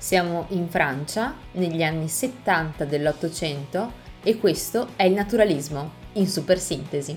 Siamo in Francia, negli anni 70 dell'Ottocento, e questo è il naturalismo, in super sintesi.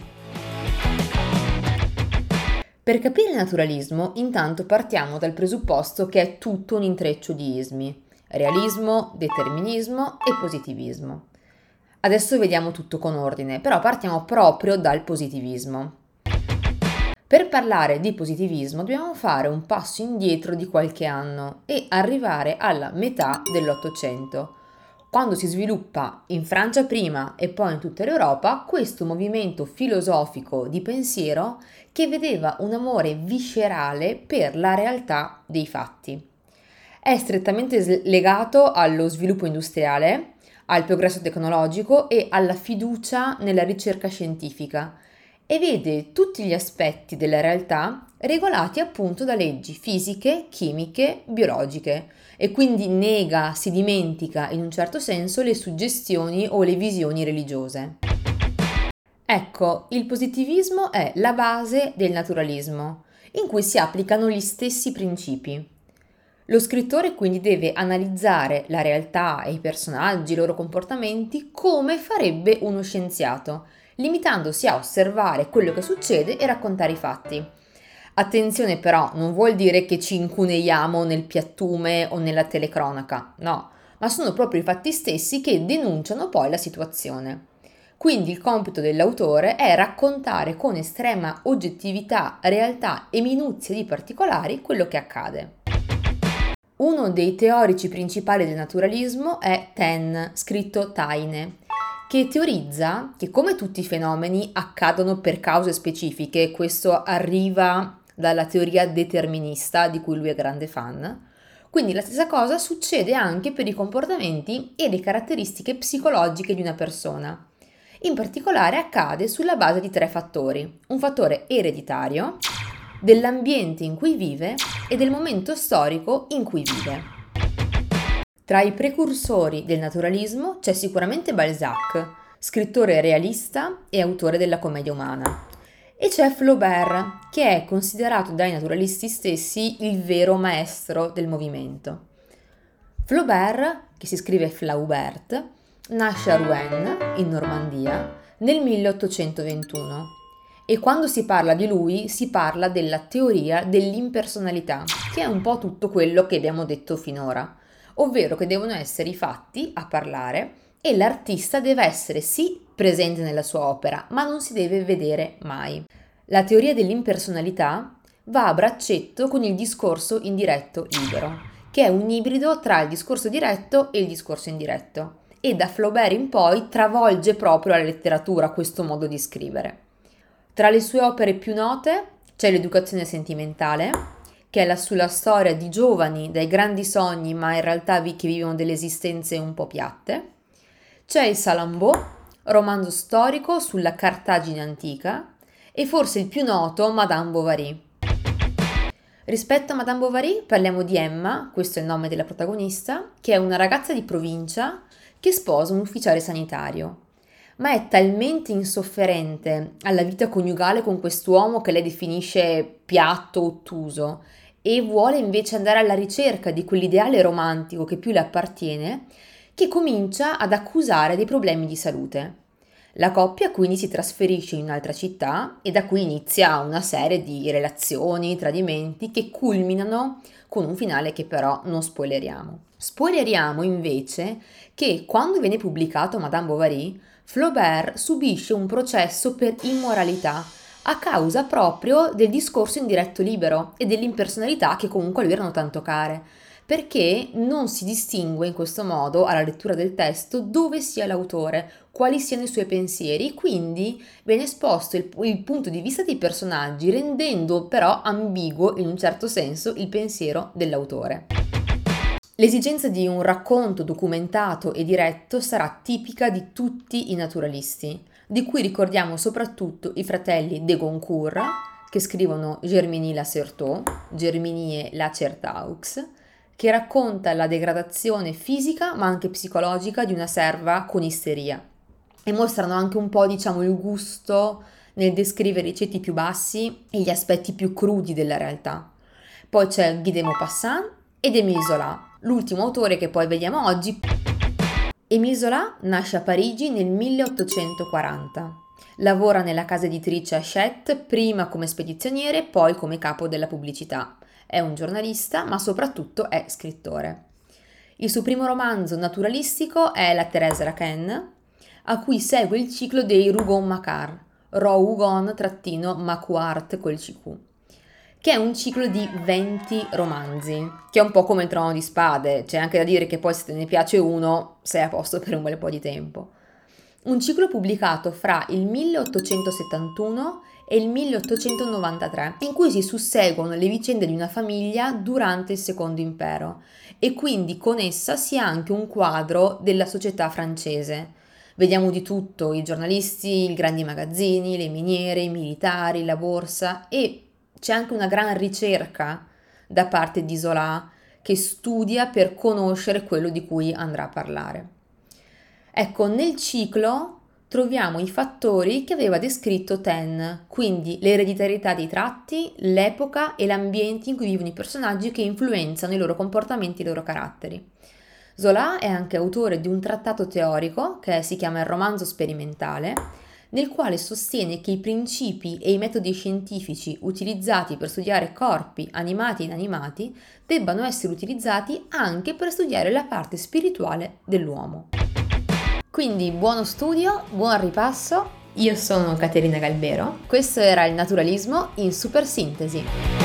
Per capire il naturalismo, intanto partiamo dal presupposto che è tutto un intreccio di ismi: realismo, determinismo e positivismo. Adesso vediamo tutto con ordine, però partiamo proprio dal positivismo. Per parlare di positivismo dobbiamo fare un passo indietro di qualche anno e arrivare alla metà dell'Ottocento, quando si sviluppa in Francia prima e poi in tutta l'Europa questo movimento filosofico di pensiero che vedeva un amore viscerale per la realtà dei fatti. È strettamente legato allo sviluppo industriale, al progresso tecnologico e alla fiducia nella ricerca scientifica, e vede tutti gli aspetti della realtà regolati appunto da leggi fisiche, chimiche, biologiche, e quindi nega, si dimentica in un certo senso le suggestioni o le visioni religiose. Ecco, il positivismo è la base del naturalismo, in cui si applicano gli stessi principi. Lo scrittore quindi deve analizzare la realtà e i personaggi, i loro comportamenti, come farebbe uno scienziato, limitandosi a osservare quello che succede e raccontare i fatti. Attenzione però, non vuol dire che ci incuneiamo nel piattume o nella telecronaca, no, ma sono proprio i fatti stessi che denunciano poi la situazione. Quindi il compito dell'autore è raccontare con estrema oggettività, realtà e minuzia di particolari quello che accade. Uno dei teorici principali del naturalismo è Taine, scritto Taine, che teorizza che come tutti i fenomeni accadono per cause specifiche. Questo arriva dalla teoria determinista di cui lui è grande fan. Quindi la stessa cosa succede anche per i comportamenti e le caratteristiche psicologiche di una persona. In particolare accade sulla base di 3 fattori: un fattore ereditario, dell'ambiente in cui vive e del momento storico in cui vive. Tra i precursori del naturalismo c'è sicuramente Balzac, scrittore realista e autore della commedia umana. E c'è Flaubert, che è considerato dai naturalisti stessi il vero maestro del movimento. Flaubert, che si scrive Flaubert, nasce a Rouen, in Normandia, nel 1821. E quando si parla di lui si parla della teoria dell'impersonalità, che è un po' tutto quello che abbiamo detto finora, ovvero che devono essere i fatti a parlare e l'artista deve essere sì presente nella sua opera, ma non si deve vedere mai. La teoria dell'impersonalità va a braccetto con il discorso indiretto libero, che è un ibrido tra il discorso diretto e il discorso indiretto, e da Flaubert in poi travolge proprio la letteratura questo modo di scrivere. Tra le sue opere più note c'è l'Educazione sentimentale, che è sulla storia di giovani dai grandi sogni ma in realtà che vivono delle esistenze un po' piatte. C'è il Salammbô, romanzo storico sulla Cartagine antica, e forse il più noto Madame Bovary. Rispetto a Madame Bovary parliamo di Emma, questo è il nome della protagonista, che è una ragazza di provincia che sposa un ufficiale sanitario, ma è talmente insofferente alla vita coniugale con quest'uomo che lei definisce piatto, ottuso, e vuole invece andare alla ricerca di quell'ideale romantico che più le appartiene, che comincia ad accusare dei problemi di salute. La coppia quindi si trasferisce in un'altra città e da qui inizia una serie di relazioni, tradimenti che culminano con un finale che però non spoileriamo. Spoileriamo invece che quando viene pubblicato Madame Bovary, Flaubert subisce un processo per immoralità a causa proprio del discorso indiretto libero e dell'impersonalità che comunque a lui erano tanto care, perché non si distingue in questo modo alla lettura del testo dove sia l'autore, quali siano i suoi pensieri, quindi viene esposto il punto di vista dei personaggi, rendendo però ambiguo in un certo senso il pensiero dell'autore. L'esigenza di un racconto documentato e diretto sarà tipica di tutti i naturalisti, di cui ricordiamo soprattutto i fratelli de Goncourt, che scrivono Germini la Certeau, Germinie la Certaux, che racconta la degradazione fisica ma anche psicologica di una serva con isteria, e mostrano anche un po', diciamo, il gusto nel descrivere i ceti più bassi e gli aspetti più crudi della realtà. Poi c'è Guy de Maupassant ed Émile Zola, L'ultimo autore che poi vediamo oggi, Émile Zola, nasce a Parigi nel 1840. Lavora nella casa editrice Hachette, prima come spedizioniere, poi come capo della pubblicità. È un giornalista, ma soprattutto è scrittore. Il suo primo romanzo naturalistico è La Thérèse Raquin, a cui segue il ciclo dei Rougon-Macquart, Rougon-Macquart col CQ, che è un ciclo di 20 romanzi, che è un po' come il Trono di Spade. C'è anche da dire che poi se te ne piace uno, sei a posto per un bel po' di tempo. Un ciclo pubblicato fra il 1871 e il 1893, in cui si susseguono le vicende di una famiglia durante il Secondo Impero, e quindi con essa si ha anche un quadro della società francese. Vediamo di tutto: i giornalisti, i grandi magazzini, le miniere, i militari, la borsa, e c'è anche una gran ricerca da parte di Zola, che studia per conoscere quello di cui andrà a parlare. Ecco, nel ciclo troviamo i fattori che aveva descritto Taine, quindi l'ereditarietà dei tratti, l'epoca e l'ambiente in cui vivono i personaggi, che influenzano i loro comportamenti e i loro caratteri. Zola è anche autore di un trattato teorico che si chiama Il romanzo sperimentale, nel quale sostiene che i principi e i metodi scientifici utilizzati per studiare corpi animati e inanimati debbano essere utilizzati anche per studiare la parte spirituale dell'uomo. Quindi buono studio, buon ripasso. Io sono Caterina Galbero, questo era il naturalismo in super sintesi.